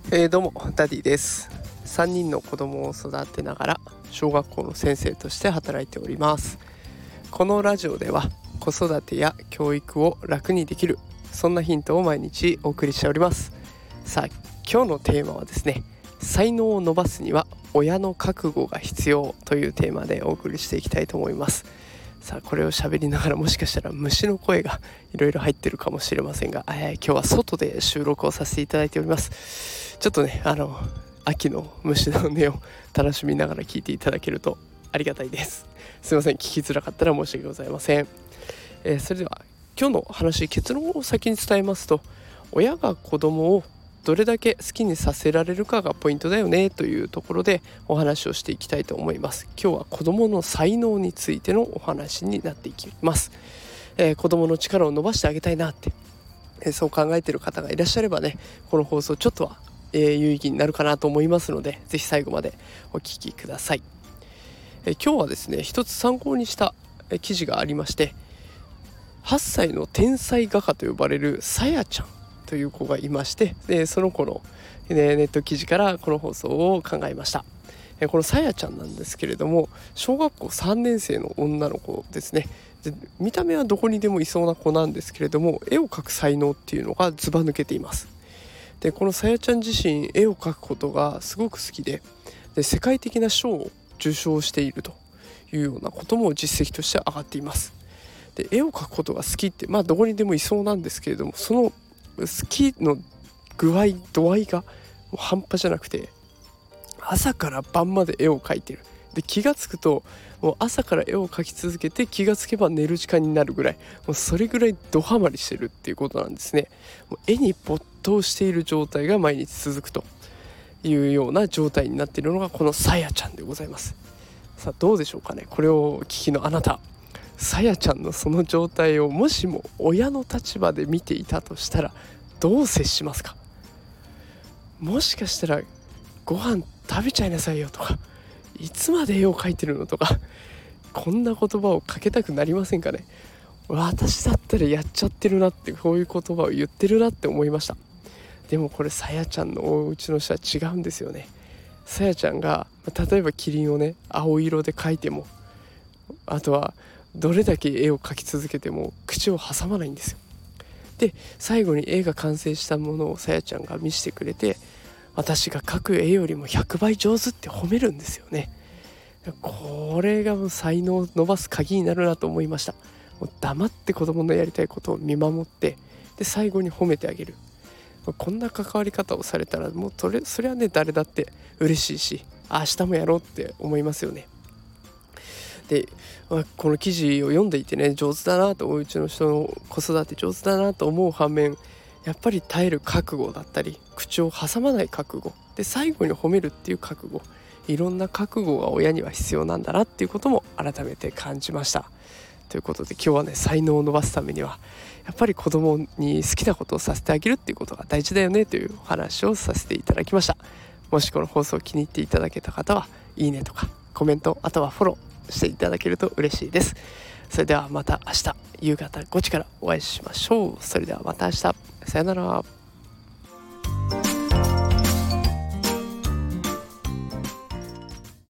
どうもダディです。3人の子供を育てながら小学校の先生として働いております。このラジオでは子育てや教育を楽にできる、そんなヒントを毎日お送りしております。さあ、今日のテーマはですね、才能を伸ばすには親の覚悟が必要というテーマでお送りしていきたいと思います。さあ、これを喋りながらもしかしたら虫の声がいろいろ入ってるかもしれませんが、今日は外で収録をさせていただいております。ちょっとね、秋の虫の音を楽しみながら聞いていただけるとありがたいです。すいません、聞きづらかったら申し訳ございません。それでは今日の話、結論を先に伝えますと、親が子供をどれだけ好きにさせられるかがポイントだよねというところでお話をしていきたいと思います。今日は子供の才能についてのお話になっていきます。子供の力を伸ばしてあげたいなって、そう考えている方がいらっしゃればね、この放送ちょっとは、有意義になるかなと思いますので、ぜひ最後までお聞きください。今日はですね、一つ参考にした記事がありまして、8歳の天才画家と呼ばれるさやちゃんという子がいまして、でその子の、ネット記事からこの放送を考えました。このさやちゃんなんですけれども、小学校3年生の女の子ですね。で見た目はどこにでもいそうな子なんですけれども、絵を描く才能っていうのがずば抜けています。でこのさやちゃん自身、絵を描くことがすごく好きで、世界的な賞を受賞しているというようなことも実績として上がっています。で絵を描くことが好きって、どこにでもいそうなんですけれども、その好きの度合いがもう半端じゃなくて、朝から晩まで絵を描いてる。で気がつくと、もう朝から絵を描き続けて、気がつけば寝る時間になるぐらい、もうそれぐらいドハマりしてるっていうことなんですね。もう絵に没頭している状態が毎日続くというような状態になっているのがこのさやちゃんでございます。さあ、どうでしょうかね。これを聞きのあなた、さやちゃんのその状態をもしも親の立場で見ていたとしたら、どう接しますか？もしかしたら、ご飯食べちゃいなさいよとか、いつまで絵を描いてるのとか、こんな言葉をかけたくなりませんかね。私だったらやっちゃってるなって、こういう言葉を言ってるなって思いました。でもこれさやちゃんのお家の人は違うんですよね。さやちゃんが例えばキリンをね、青色で描いても、あとはどれだけ絵を描き続けても口を挟まないんですよ。で最後に絵が完成したものをさやちゃんが見せてくれて、私が描く絵よりも100倍上手って褒めるんですよね。これがもう才能を伸ばす鍵になるなと思いました。もう黙って子供のやりたいことを見守って、で最後に褒めてあげる。こんな関わり方をされたら、もうそれはね、誰だって嬉しいし、明日もやろうって思いますよね。でこの記事を読んでいてね、上手だなと、おうちの人の子育て上手だなと思う反面、やっぱり耐える覚悟だったり、口を挟まない覚悟で、最後に褒めるっていう覚悟、いろんな覚悟が親には必要なんだなっていうことも改めて感じました。ということで今日はね、才能を伸ばすためにはやっぱり子供に好きなことをさせてあげるっていうことが大事だよねというお話をさせていただきました。もしこの放送を気に入っていただけた方は、いいねとかコメント、あとはフォローしていただけると嬉しいです。それではまた明日夕方5時からお会いしましょう。それではまた明日、さよなら。